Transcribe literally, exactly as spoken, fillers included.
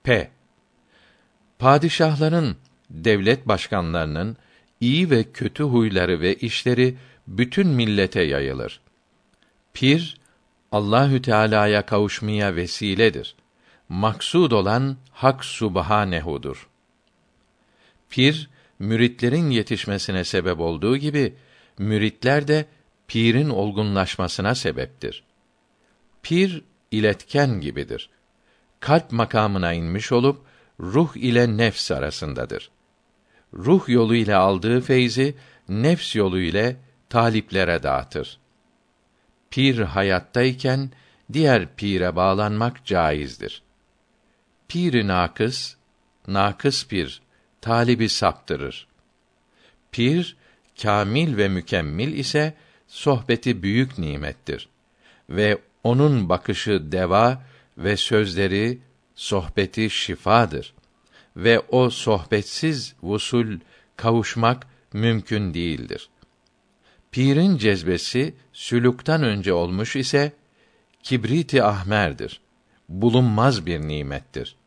P. Padişahların, devlet başkanlarının iyi ve kötü huyları ve işleri bütün millete yayılır. Pir, Allahü Teala'ya kavuşmaya vesiledir. Maksud olan Hak Subhanehu'dur. Pir, müritlerin yetişmesine sebep olduğu gibi, müritler de pirin olgunlaşmasına sebeptir. Pir, iletken gibidir. Kalp makamına inmiş olup, ruh ile nefs arasındadır. Ruh yolu ile aldığı feyzi, nefs yolu ile taliplere dağıtır. Pir hayattayken, diğer pire bağlanmak caizdir. Pir-i nakıs, nakıs pir, talibi saptırır. Pir, kâmil ve mükemmel ise, sohbeti büyük nimettir. Ve onun bakışı deva ve sözleri, sohbeti şifadır. Ve o sohbetsiz vusul, kavuşmak mümkün değildir. Pirin cezbesi, sülûktan önce olmuş ise, kibrit-i ahmerdir. Bulunmaz bir nimettir.